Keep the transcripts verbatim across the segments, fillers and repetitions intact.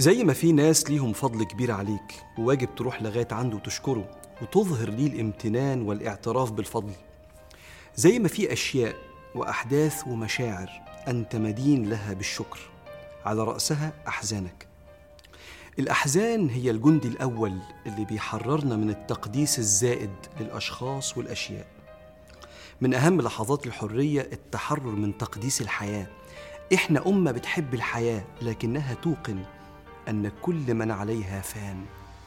زي ما في ناس ليهم فضل كبير عليك وواجب تروح لغاية عنده وتشكره وتظهر ليه الامتنان والاعتراف بالفضل، زي ما في أشياء وأحداث ومشاعر أنت مدين لها بالشكر، على رأسها أحزانك. الأحزان هي الجندي الأول اللي بيحررنا من التقديس الزائد للأشخاص والأشياء. من أهم لحظات الحرية التحرر من تقديس الحياة. إحنا أمة بتحب الحياة لكنها توقن أن كل من عليها فان.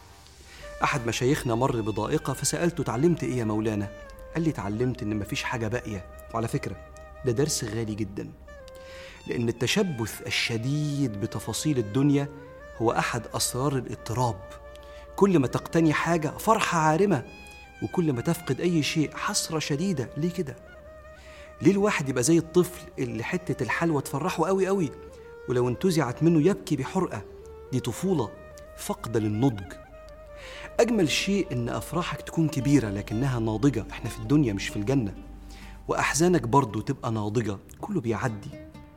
أحد مشايخنا مر بضائقة فسألته: تعلمت إيه يا مولانا؟ قال لي: تعلمت إن مفيش حاجة باقية. وعلى فكرة ده درس غالي جدا، لأن التشبث الشديد بتفاصيل الدنيا هو أحد أسرار الاضطراب. كل ما تقتني حاجة فرحة عارمة، وكل ما تفقد أي شيء حسرة شديدة. ليه كده؟ ليه الواحد يبقى زي الطفل اللي حتة الحلوى تفرحه قوي قوي، ولو انتزعت منه يبكي بحرقة؟ دي طفولة فقد للنضج. أجمل شيء إن أفراحك تكون كبيرة لكنها ناضجة. إحنا في الدنيا مش في الجنة. وأحزانك برضو تبقى ناضجة، كله بيعدي.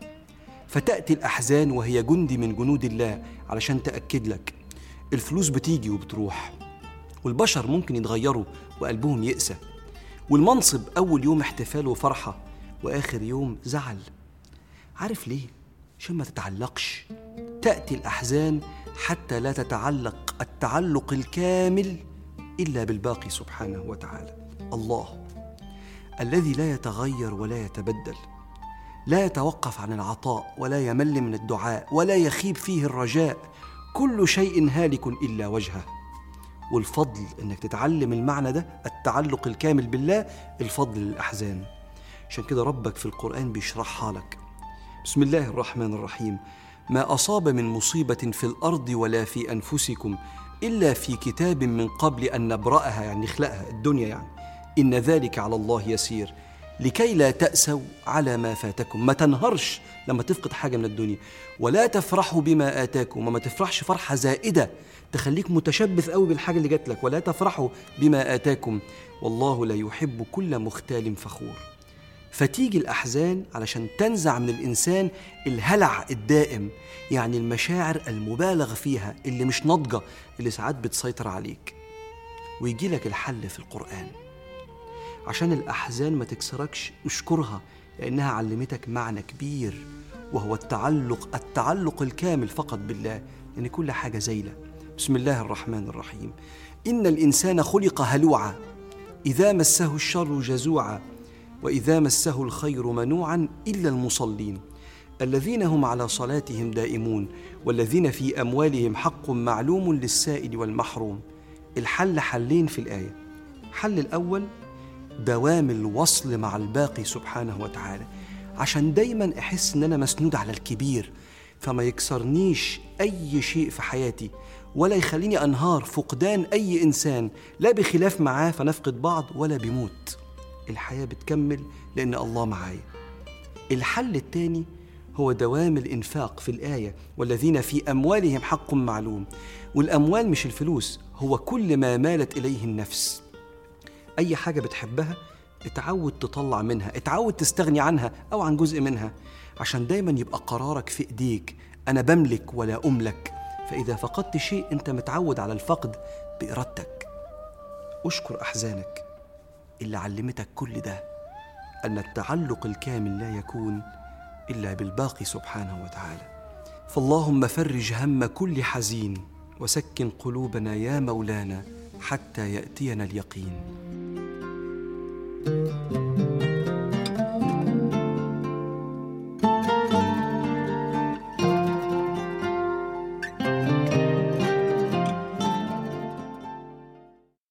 فتأتي الأحزان وهي جندي من جنود الله علشان تأكد لك الفلوس بتيجي وبتروح، والبشر ممكن يتغيروا وقلبهم يقسى، والمنصب أول يوم احتفال وفرحة وآخر يوم زعل. عارف ليه؟ عشان ما تتعلقش. تأتي الأحزان حتى لا تتعلق التعلق الكامل إلا بالباقي سبحانه وتعالى، الله الذي لا يتغير ولا يتبدل، لا يتوقف عن العطاء ولا يمل من الدعاء ولا يخيب فيه الرجاء. كل شيء هالك إلا وجهه. والفضل إنك تتعلم المعنى ده، التعلق الكامل بالله، الفضل للأحزان. عشان كده ربك في القرآن بيشرحها لك. بسم الله الرحمن الرحيم: ما أصاب من مصيبة في الأرض ولا في أنفسكم إلا في كتاب من قبل أن نبرأها، يعني نخلقها الدنيا يعني. إن ذلك على الله يسير لكي لا تأسوا على ما فاتكم. ما تنهرش لما تفقد حاجة من الدنيا، ولا تفرحوا بما آتاكم، وما تفرحش فرحة زائدة تخليك متشبث قوي بالحاجة اللي جات لك. ولا تفرحوا بما آتاكم والله لا يحب كل مختال فخور. فتيجي الأحزان علشان تنزع من الإنسان الهلع الدائم، يعني المشاعر المبالغ فيها اللي مش ناضجة، اللي ساعات بتسيطر عليك. ويجي لك الحل في القرآن عشان الأحزان ما تكسركش. اشكرها لأنها علمتك معنى كبير، وهو التعلق التعلق الكامل فقط بالله، لأن يعني كل حاجة زيلة. بسم الله الرحمن الرحيم: إن الإنسان خلق هلوعا إذا مسه الشر جزوعا وإذا مسه الخير منوعا إلا المصلين الذين هم على صلاتهم دائمون والذين في أموالهم حق معلوم للسائل والمحروم. الحل حلين في الآية. حل الأول دوام الوصل مع الباقي سبحانه وتعالى، عشان دايما أحس أن أنا مسنود على الكبير، فما يكسرنيش أي شيء في حياتي ولا يخليني أنهار فقدان أي إنسان، لا بخلاف معاه فنفقد بعض ولا بموت. الحياة بتكمل لأن الله معايا. الحل الثاني هو دوام الإنفاق في الآية: والذين في أموالهم حق معلوم. والأموال مش الفلوس، هو كل ما مالت إليه النفس. أي حاجة بتحبها اتعود تطلع منها، اتعود تستغني عنها أو عن جزء منها، عشان دايما يبقى قرارك في إيديك. أنا بملك ولا أملك. فإذا فقدت شيء أنت متعود على الفقد بإرادتك. أشكر أحزانك اللي علمتك كل ده، أن التعلق الكامل لا يكون إلا بالباقي سبحانه وتعالى. فاللهم فرج هم كل حزين وسكن قلوبنا يا مولانا حتى يأتينا اليقين.